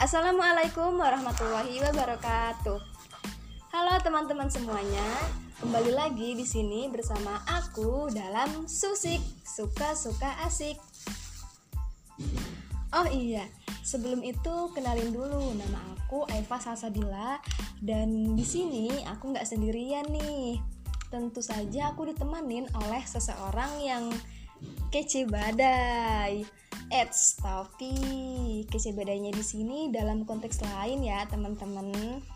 Assalamualaikum warahmatullahi wabarakatuh. Halo teman-teman semuanya, kembali lagi di sini bersama aku dalam Susik Suka-Suka Asik. Oh iya, sebelum itu kenalin dulu, nama aku Eva Salsabila dan di sini aku nggak sendirian nih. Tentu saja aku ditemanin oleh seseorang yang kece badai. Tapi kece badainya di sini dalam konteks lain ya teman-teman.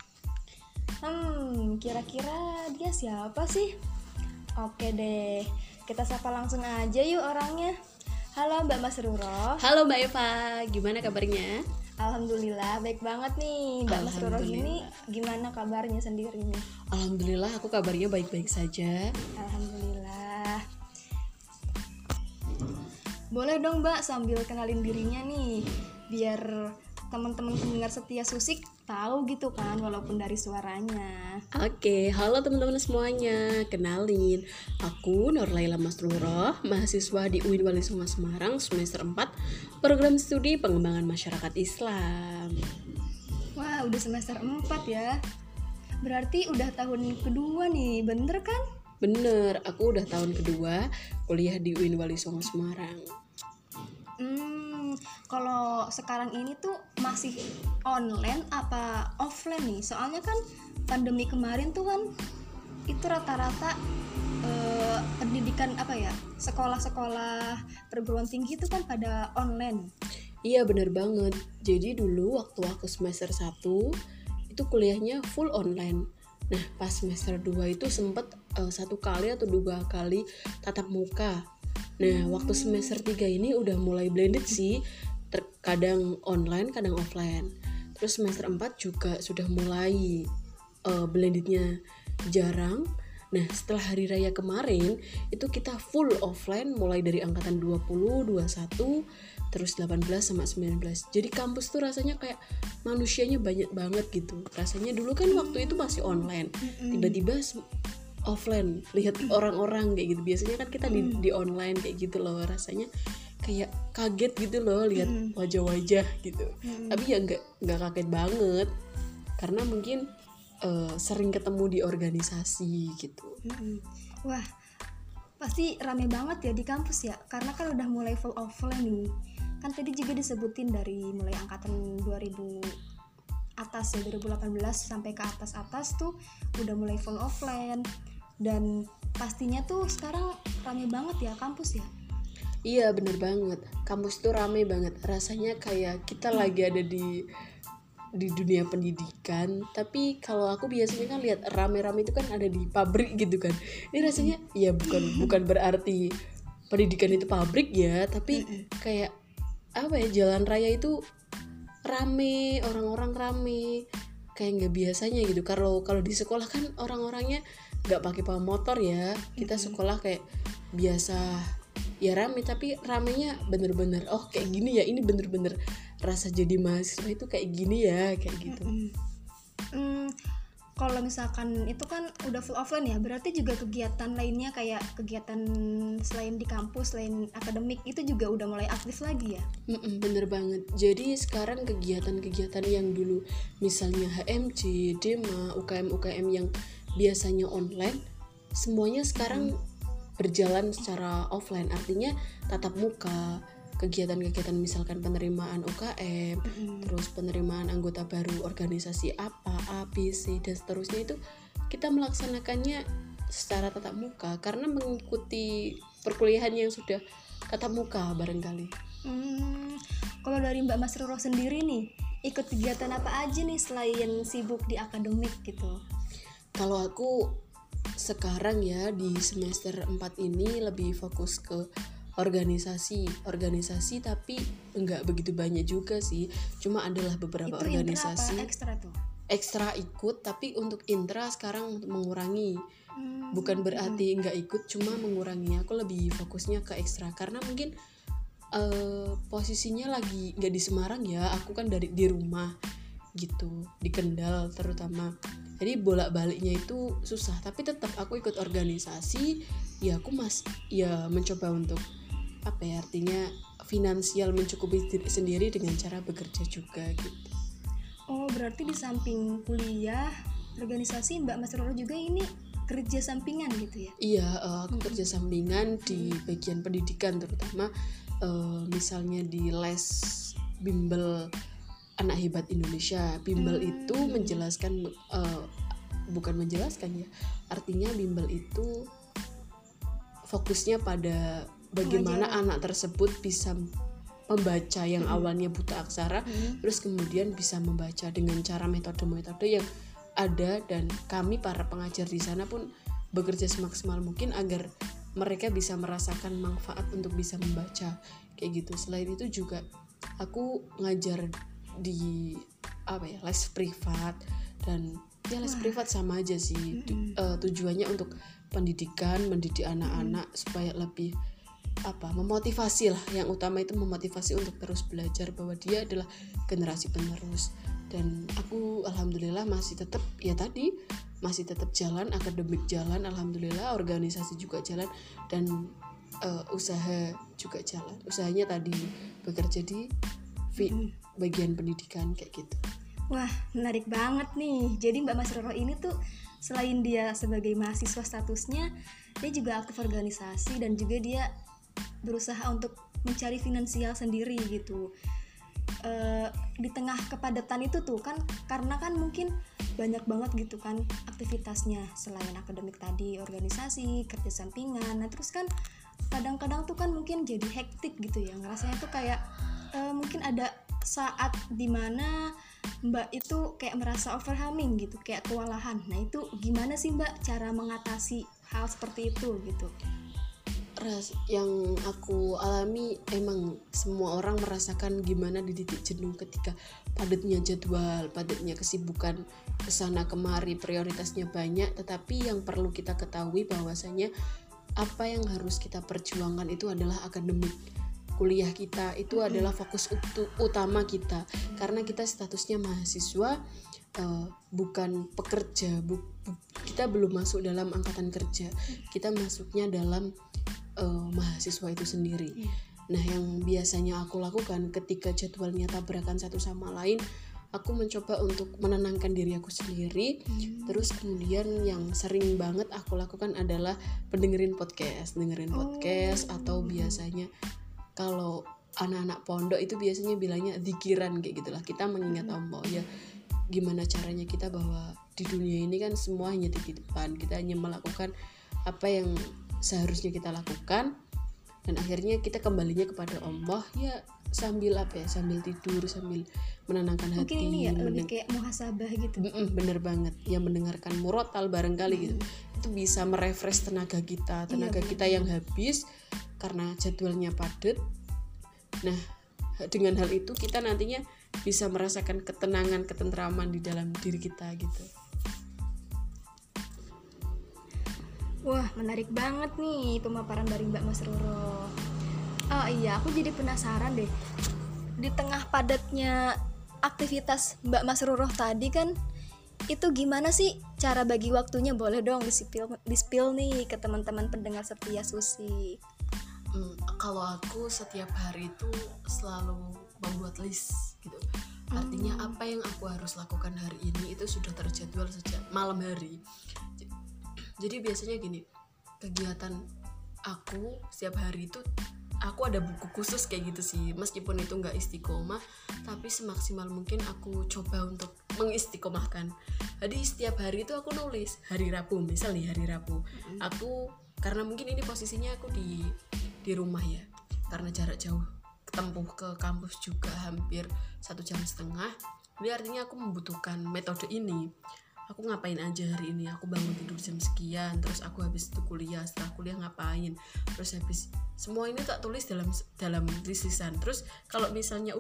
Kira-kira dia siapa sih? Oke deh, kita sapa langsung aja yuk orangnya. Halo Mbak Masruro. Halo Mbak Eva, gimana kabarnya? Alhamdulillah baik banget nih. Mbak Masruro ini gimana kabarnya sendiri nih? Alhamdulillah aku kabarnya baik-baik saja. Alhamdulillah. Boleh dong Mbak sambil kenalin dirinya nih, biar teman-teman pendengar setia Susik tahu gitu kan walaupun dari suaranya. Oke, halo teman-teman semuanya. Kenalin, aku Nurlaila Masruro, mahasiswa di UIN Wali Songo Semarang semester 4, program studi pengembangan masyarakat Islam. Wah, udah semester 4 ya. Berarti udah tahun kedua nih, bener kan? Bener, aku udah tahun kedua kuliah di UIN Wali Songo Semarang. Kalau sekarang ini tuh masih online apa offline nih? Soalnya kan pandemi kemarin tuh kan itu rata-rata pendidikan sekolah-sekolah perguruan tinggi itu kan pada online. Iya bener banget. Jadi dulu waktu aku semester 1 itu kuliahnya full online. Nah pas semester 2 itu sempet 1 kali atau 2 kali tatap muka. Nah waktu semester 3 ini udah mulai blended sih, kadang online kadang offline. Terus semester 4 juga sudah mulai blendednya jarang. Nah setelah hari raya kemarin itu kita full offline mulai dari angkatan 20, 21, terus 18 sama 19. Jadi kampus tuh rasanya kayak manusianya banyak banget gitu. Rasanya dulu kan waktu itu masih online, tiba-tiba offline, lihat orang-orang kayak gitu. Biasanya kan kita di online kayak gitu loh, rasanya kayak kaget gitu loh lihat wajah-wajah gitu. Tapi ya nggak kaget banget karena mungkin sering ketemu di organisasi gitu. Wah, pasti rame banget ya di kampus ya, karena kan udah mulai full offline nih. Kan tadi juga disebutin dari mulai angkatan 2000 atas ya, 2018 sampai ke atas tuh udah mulai full offline. Dan pastinya tuh sekarang rame banget ya kampus ya. Iya bener banget, kampus tuh rame banget. Rasanya kayak kita lagi ada di dunia pendidikan. Tapi kalau aku biasanya kan lihat rame-rame itu kan ada di pabrik gitu kan. Ini rasanya ya bukan berarti pendidikan itu pabrik ya, tapi kayak apa ya, jalan raya itu rame, orang-orang rame, kayak nggak biasanya gitu. Kalau di sekolah kan orang-orangnya nggak pakai motor ya, kita sekolah kayak biasa ya rame, tapi ramenya bener-bener kayak gini ya, ini bener-bener rasa jadi mahasiswa itu kayak gini ya, kayak gitu. Kalau misalkan itu kan udah full offline ya, berarti juga kegiatan lainnya kayak kegiatan selain di kampus, selain akademik itu juga udah mulai aktif lagi ya? Bener banget. Jadi sekarang kegiatan-kegiatan yang dulu misalnya HMC, DEMA, UKM yang biasanya online, semuanya sekarang berjalan secara offline. Artinya tatap muka, kegiatan-kegiatan misalkan penerimaan UKM, terus penerimaan anggota baru organisasi apa, A, B, C, dan seterusnya itu kita melaksanakannya secara tatap muka karena mengikuti perkuliahan yang sudah tatap muka barangkali. Kalau dari Mbak Masruro sendiri nih, ikut kegiatan apa aja nih selain sibuk di akademik gitu? Kalau aku sekarang ya di semester 4 ini lebih fokus ke organisasi, tapi enggak begitu banyak juga sih, cuma adalah beberapa itu organisasi. Itu ekstra tuh? Ekstra ikut, tapi untuk intra sekarang mengurangi. Bukan berarti enggak ikut, cuma mengurangi. Aku lebih fokusnya ke ekstra karena mungkin posisinya lagi enggak di Semarang ya, aku kan di rumah gitu, di Kendal terutama. Jadi bolak-baliknya itu susah, tapi tetap aku ikut organisasi. Ya aku mencoba untuk artinya finansial mencukupi diri sendiri dengan cara bekerja juga gitu. Oh, berarti di samping kuliah, organisasi Mbak Mas Roro juga ini kerja sampingan gitu ya? Iya, aku kerja sampingan di bagian pendidikan, terutama misalnya di les bimbel Anak Hebat Indonesia. Bimbel itu menjelaskan, bukan menjelaskan ya, artinya bimbel itu fokusnya pada bagaimana anak tersebut bisa membaca yang awalnya buta aksara, terus kemudian bisa membaca dengan cara metode-metode yang ada, dan kami para pengajar di sana pun bekerja semaksimal mungkin agar mereka bisa merasakan manfaat untuk bisa membaca kayak gitu. Selain itu juga aku ngajar di les privat, dan ya les privat sama aja sih. Tujuannya untuk pendidikan, mendidik anak-anak supaya lebih memotivasi lah, yang utama itu memotivasi untuk terus belajar, bahwa dia adalah generasi penerus. Dan aku alhamdulillah masih tetap jalan, akademik jalan, alhamdulillah, organisasi juga jalan, dan usaha juga jalan. Usahanya tadi bekerja di bagian pendidikan kayak gitu. Wah, menarik banget nih. Jadi Mbak Mas Roro ini tuh selain dia sebagai mahasiswa statusnya, dia juga aktif organisasi dan juga dia berusaha untuk mencari finansial sendiri gitu. Di tengah kepadatan itu tuh kan, karena kan mungkin banyak banget gitu kan aktivitasnya selain akademik tadi, organisasi, kerja sampingan. Nah terus kan kadang-kadang tuh kan mungkin jadi hektik gitu ya, ngerasanya tuh kayak mungkin ada saat dimana Mbak itu kayak merasa overwhelming gitu, kayak kewalahan. Nah itu gimana sih Mbak cara mengatasi hal seperti itu gitu? Yang aku alami, emang semua orang merasakan gimana di titik jenuh ketika padatnya jadwal, padatnya kesibukan kesana kemari, prioritasnya banyak. Tetapi yang perlu kita ketahui bahwasanya apa yang harus kita perjuangkan itu adalah akademik. Kuliah kita itu adalah fokus utama kita, karena kita statusnya mahasiswa, bukan pekerja. Kita belum masuk dalam angkatan kerja, kita masuknya dalam mahasiswa itu sendiri. Nah, yang biasanya aku lakukan ketika jadwalnya tabrakan satu sama lain, aku mencoba untuk menenangkan diri aku sendiri. Terus kemudian yang sering banget aku lakukan adalah dengerin podcast, atau biasanya kalau anak-anak pondok itu biasanya bilangnya dzikiran kayak gitulah. Kita mengingat Allah ya, gimana caranya kita bahwa di dunia ini kan semua hanya titipan. Kita hanya melakukan apa yang seharusnya kita lakukan, dan akhirnya kita kembalinya kepada Allah ya, sambil tidur, sambil menenangkan hati. Mungkin ini ya lebih kayak muhasabah gitu. Bener banget ya, mendengarkan murotal barangkali gitu. Itu bisa merefresh tenaga kita yang habis karena jadwalnya padat. Nah, dengan hal itu kita nantinya bisa merasakan ketenangan, ketentraman di dalam diri kita gitu. Wah, menarik banget nih pemaparan dari Mbak Mas Roro. Oh iya, aku jadi penasaran deh. Di tengah padatnya aktivitas Mbak Mas Roro tadi kan, itu gimana sih cara bagi waktunya? Boleh dong di-spill nih ke teman-teman pendengar setia Susi. Kalau aku setiap hari itu selalu membuat list gitu. Artinya apa yang aku harus lakukan hari ini itu sudah terjadwal sejak malam hari. Jadi biasanya gini, kegiatan aku setiap hari itu aku ada buku khusus kayak gitu sih. Meskipun itu nggak istiqomah, tapi semaksimal mungkin aku coba untuk mengistiqomahkan. Jadi setiap hari itu aku nulis. Hari Rabu, misalnya hari Rabu, aku, karena mungkin ini posisinya aku di rumah ya, karena jarak jauh tempuh ke kampus juga hampir 1,5 jam. Jadi artinya aku membutuhkan metode ini. Aku ngapain aja hari ini, aku bangun tidur jam sekian, terus aku habis itu kuliah, setelah kuliah ngapain, terus habis semua ini tak tulis dalam lisan. Terus kalau misalnya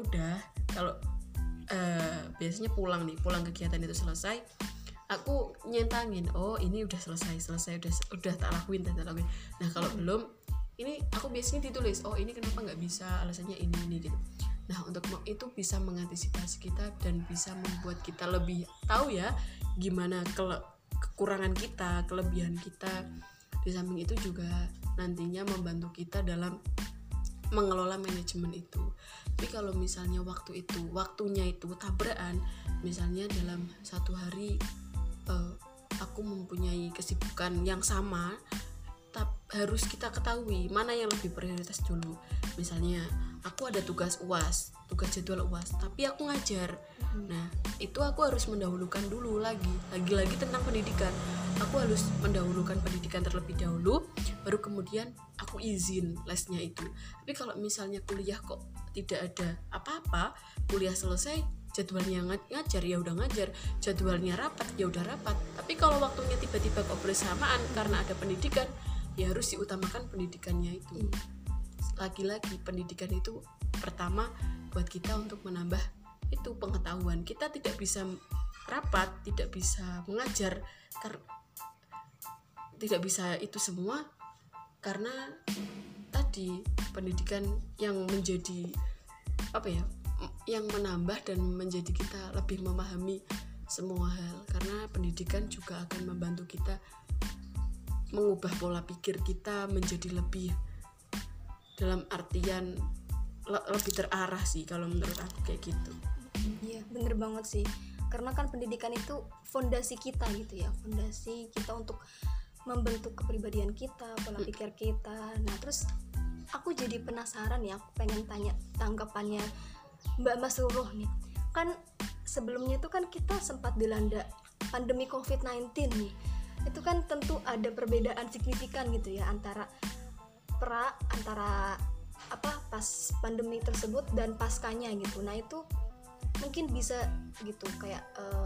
biasanya pulang kegiatan itu selesai, aku nyentangin, oh ini udah selesai, udah tak lakuin. Nah kalau belum, ini aku biasanya ditulis, oh ini kenapa nggak bisa, alasannya ini gitu. Nah untuk itu bisa mengantisipasi kita dan bisa membuat kita lebih tahu ya gimana kekurangan kita, kelebihan kita. Di samping itu juga nantinya membantu kita dalam mengelola manajemen itu. Tapi kalau misalnya waktunya itu tabrakan, misalnya dalam satu hari aku mempunyai kesibukan yang sama, harus kita ketahui mana yang lebih prioritas dulu. Misalnya aku ada tugas jadwal UAS, tapi aku ngajar. Nah, itu aku harus mendahulukan dulu lagi tentang pendidikan. Aku harus mendahulukan pendidikan terlebih dahulu, baru kemudian aku izin lesnya itu. Tapi kalau misalnya kuliah kok tidak ada apa-apa, kuliah selesai, jadwalnya ngajar ya udah ngajar, jadwalnya rapat ya udah rapat. Tapi kalau waktunya tiba-tiba kok bersamaan karena ada pendidikan, ya harus diutamakan pendidikannya itu. Lagi-lagi pendidikan itu pertama buat kita untuk menambah itu pengetahuan. Kita tidak bisa rapat, tidak bisa mengajar, tidak bisa itu semua karena tadi pendidikan yang menjadi yang menambah dan menjadi kita lebih memahami semua hal, karena pendidikan juga akan membantu kita mengubah pola pikir kita menjadi lebih, dalam artian lebih terarah sih kalau menurut aku kayak gitu. Iya, bener banget sih. Karena kan pendidikan itu fondasi kita gitu ya, fondasi kita untuk membentuk kepribadian kita, pola pikir kita. Nah, terus aku jadi penasaran ya, aku pengen tanya tanggapannya Mbak Mas Ruruh nih. Kan sebelumnya itu kan kita sempat dilanda pandemi COVID-19 nih. Itu kan tentu ada perbedaan signifikan gitu ya antara pas pandemi tersebut dan paskanya gitu. Nah, itu mungkin bisa gitu kayak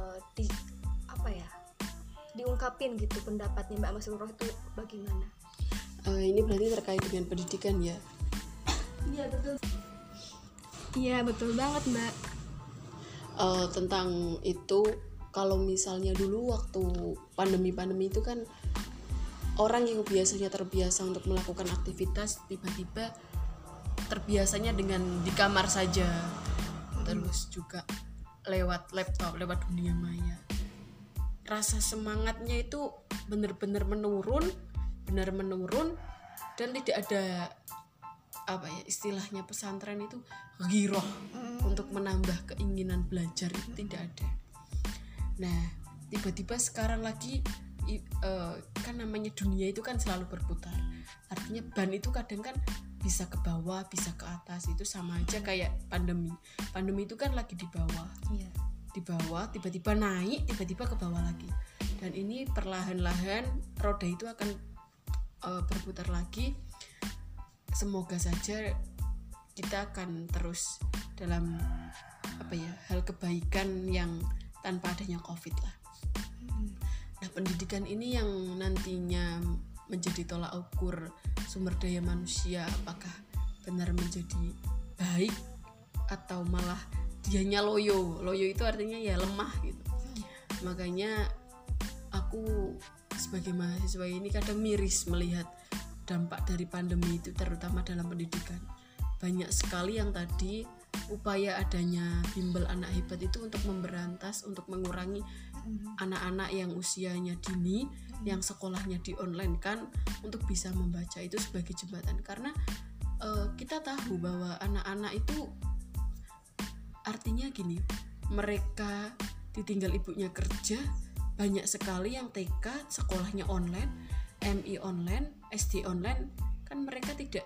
diungkapin gitu pendapatnya Mbak Mas Ruruh itu bagaimana? Ini berarti terkait dengan pendidikan ya? Iya, betul. Iya, betul banget, Mbak. Tentang itu, kalau misalnya dulu waktu pandemi itu kan orang yang biasanya terbiasa untuk melakukan aktivitas tiba-tiba terbiasanya dengan di kamar saja, terus juga lewat laptop, lewat dunia maya. Rasa semangatnya itu benar-benar menurun dan tidak ada istilahnya pesantren itu ghiroh untuk menambah keinginan belajar, itu tidak ada. Nah, tiba-tiba sekarang lagi kan namanya dunia itu kan selalu berputar. Artinya ban itu kadang kan bisa ke bawah, bisa ke atas, itu sama aja kayak pandemi. Pandemi itu kan lagi di bawah. Iya. Di bawah, tiba-tiba naik, tiba-tiba ke bawah lagi. Dan ini perlahan-lahan roda itu akan berputar lagi. Semoga saja kita akan terus dalam hal kebaikan yang tanpa adanya COVID lah. Nah, pendidikan ini yang nantinya menjadi tolak ukur sumber daya manusia, apakah benar menjadi baik atau malah dianya loyo itu artinya ya lemah gitu. Makanya aku sebagai mahasiswa ini kadang miris melihat dampak dari pandemi itu, terutama dalam pendidikan. Banyak sekali yang tadi upaya adanya bimbel anak hebat itu untuk memberantas, untuk mengurangi anak-anak yang usianya dini, yang sekolahnya di online kan, untuk bisa membaca itu sebagai jembatan. Karena kita tahu bahwa anak-anak itu artinya gini, mereka ditinggal ibunya kerja, banyak sekali yang TK sekolahnya online, MI online, SD online, kan mereka tidak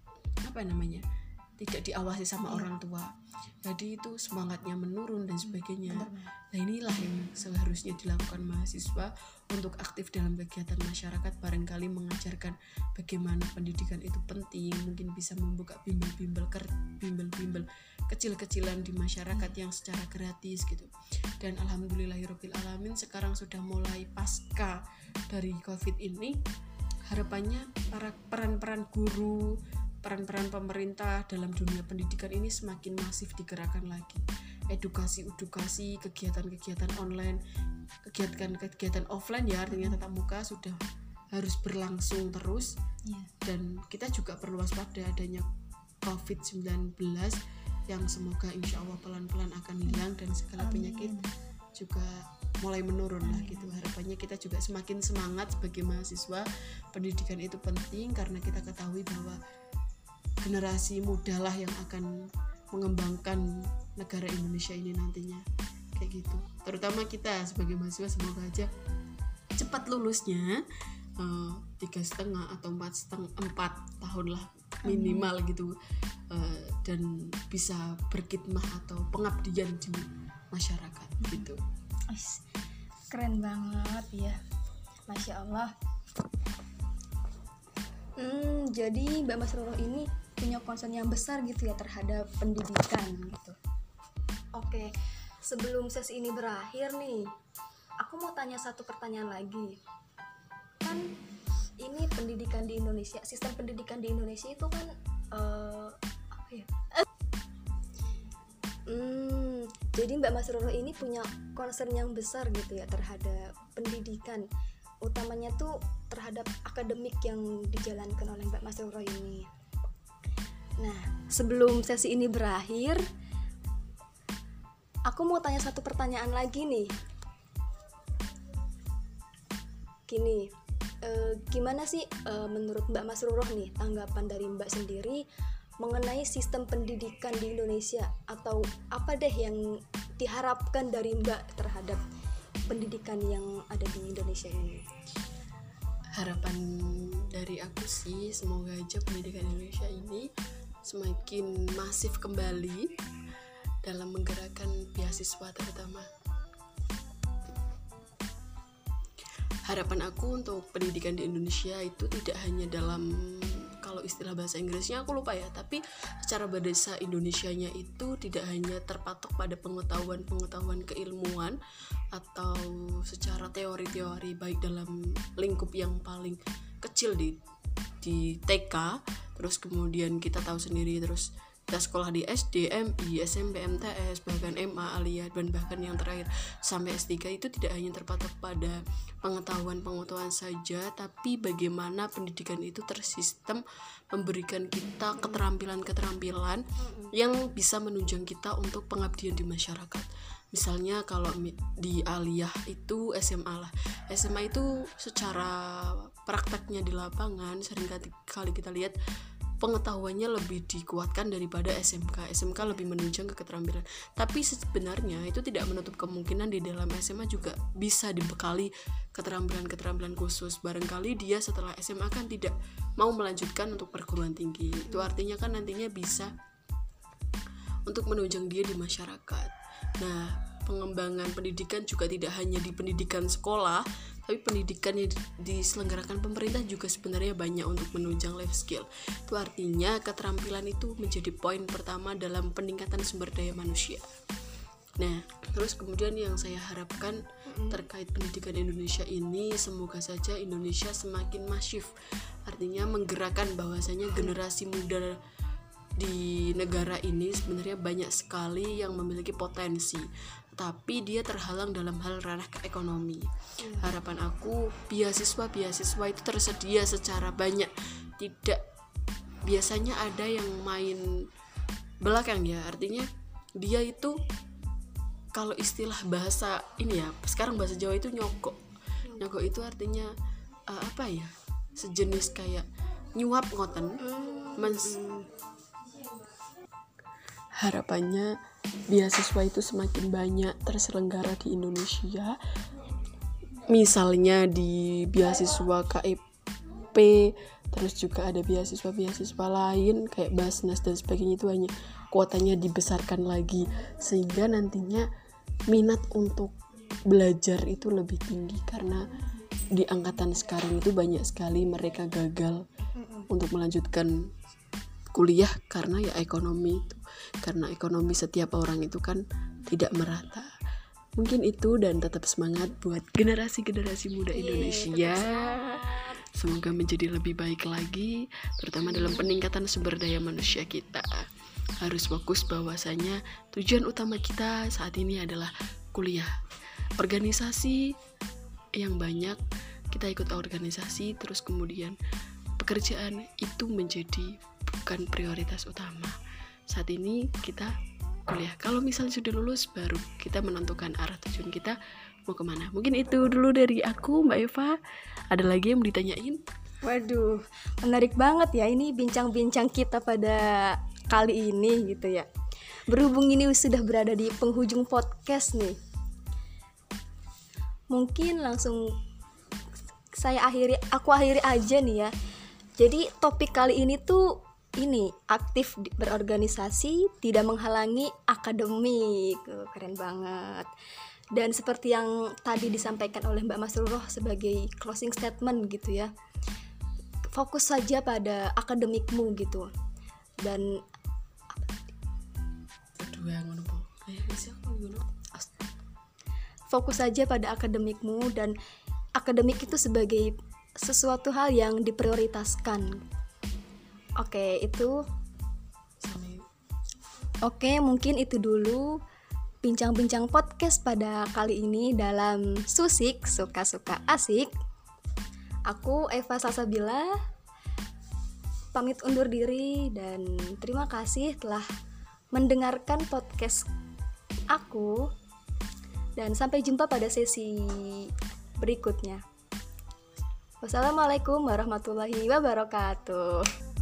tidak diawasi sama orang tua. Jadi itu semangatnya menurun dan sebagainya. Nah, inilah yang seharusnya dilakukan mahasiswa untuk aktif dalam kegiatan masyarakat, barangkali mengajarkan bagaimana pendidikan itu penting, mungkin bisa membuka bimbel kecil-kecilan di masyarakat yang secara gratis gitu. Dan alhamdulillahirabbil alamin sekarang sudah mulai pasca dari Covid ini, harapannya para peran-peran guru, peran-peran pemerintah dalam dunia pendidikan ini semakin masif digerakkan lagi. Edukasi, kegiatan-kegiatan online, kegiatan offline ya, artinya tatap muka sudah harus berlangsung terus. Dan kita juga perlu waspada adanya COVID-19 yang semoga insya Allah pelan-pelan akan hilang dan segala penyakit juga mulai menurun lah gitu. Harapannya kita juga semakin semangat sebagai mahasiswa. Pendidikan itu penting karena kita ketahui bahwa generasi muda lah yang akan mengembangkan negara Indonesia ini nantinya, kayak gitu. Terutama kita sebagai mahasiswa, semoga aja cepat lulusnya, 3,5 atau 4 tahun lah minimal gitu, dan bisa berkhidmah atau pengabdian di masyarakat gitu. Keren banget ya, Masya Allah. Jadi Mbak Masrurah ini punya concern yang besar gitu ya terhadap pendidikan gitu. Oke, sebelum sesi ini berakhir nih, aku mau tanya satu pertanyaan lagi. Kan ini pendidikan di Indonesia, sistem pendidikan di Indonesia itu kan apa ya? Jadi Mbak Masrurah ini punya concern yang besar gitu ya terhadap pendidikan, utamanya tuh terhadap akademik yang dijalankan oleh Mbak Masrurah ini. Nah, sebelum sesi ini berakhir, aku mau tanya satu pertanyaan lagi nih. Gini, gimana sih menurut Mbak Masrurah nih tanggapan dari Mbak sendiri mengenai sistem pendidikan di Indonesia, atau apa deh yang diharapkan dari Mbak terhadap pendidikan yang ada di Indonesia ini? Harapan dari aku sih, semoga aja pendidikan Indonesia ini semakin masif kembali dalam menggerakkan beasiswa terutama. Harapan aku untuk pendidikan di Indonesia itu tidak hanya dalam, kalau istilah bahasa Inggrisnya aku lupa ya, tapi secara bahasa Indonesianya itu tidak hanya terpatok pada pengetahuan keilmuan atau secara teori-teori baik dalam lingkup yang paling kecil di TK, terus kemudian kita tahu sendiri, terus kita sekolah di SD, MI, SMP, MTS, bahkan MA, Aliyah, dan bahkan yang terakhir sampai S3, itu tidak hanya terpatok pada pengetahuan saja, tapi bagaimana pendidikan itu tersistem memberikan kita keterampilan-keterampilan yang bisa menunjang kita untuk pengabdian di masyarakat. Misalnya kalau di Aliyah itu SMA lah, SMA itu secara prakteknya di lapangan sering kali kita lihat pengetahuannya lebih dikuatkan daripada SMK lebih menunjang ke keterampilan. Tapi sebenarnya itu tidak menutup kemungkinan di dalam SMA juga bisa dibekali keterampilan khusus. Barangkali dia setelah SMA kan tidak mau melanjutkan untuk perguruan tinggi. Itu artinya kan nantinya bisa untuk menunjang dia di masyarakat. Nah, pengembangan pendidikan juga tidak hanya di pendidikan sekolah, tapi pendidikan yang diselenggarakan pemerintah juga sebenarnya banyak untuk menunjang life skill. Itu artinya keterampilan itu menjadi poin pertama dalam peningkatan sumber daya manusia. Nah, terus kemudian yang saya harapkan terkait pendidikan Indonesia ini, semoga saja Indonesia semakin masif, artinya menggerakkan bahwasanya generasi muda di negara ini sebenarnya banyak sekali yang memiliki potensi, tapi dia terhalang dalam hal ranah ekonomi. Harapan aku beasiswa itu tersedia secara banyak. Tidak biasanya ada yang main belakang ya, artinya dia itu kalau istilah bahasa ini ya, sekarang bahasa Jawa itu nyogok itu artinya apa ya, sejenis kayak nyuap ngoten. Harapannya beasiswa itu semakin banyak terselenggara di Indonesia. Misalnya di beasiswa KIP, terus juga ada beasiswa lain kayak Basnas dan sebagainya, itu hanya kuotanya dibesarkan lagi sehingga nantinya minat untuk belajar itu lebih tinggi, karena di angkatan sekarang itu banyak sekali mereka gagal untuk melanjutkan kuliah karena ya ekonomi itu. Karena ekonomi setiap orang itu kan tidak merata. Mungkin itu, dan tetap semangat buat generasi muda Indonesia. Semoga menjadi lebih baik lagi, terutama dalam peningkatan sumber daya manusia kita. Harus fokus bahwasanya tujuan utama kita saat ini adalah kuliah. Organisasi yang banyak, kita ikut organisasi, terus kemudian pekerjaan itu menjadi bukan prioritas utama. Saat ini kita kuliah. Kalau misalnya sudah lulus, baru kita menentukan arah tujuan kita mau kemana. Mungkin itu dulu dari aku, Mbak Eva. Ada lagi yang mau ditanyain? Waduh, menarik banget ya ini bincang-bincang kita pada kali ini gitu ya. Berhubung ini sudah berada di penghujung podcast nih, mungkin langsung aku akhiri aja nih ya. Jadi topik kali ini tuh ini aktif berorganisasi tidak menghalangi akademik. Keren banget. Dan seperti yang tadi disampaikan oleh Mbak Masruroh sebagai closing statement gitu ya, fokus saja pada akademikmu gitu. Dan fokus saja pada akademikmu, dan akademik itu sebagai sesuatu hal yang diprioritaskan. Oke, mungkin itu dulu bincang-bincang podcast pada kali ini dalam Susik Suka-Suka Asik. Aku Eva Salsabila pamit undur diri dan terima kasih telah mendengarkan podcast aku, dan sampai jumpa pada sesi berikutnya. Wassalamualaikum warahmatullahi wabarakatuh.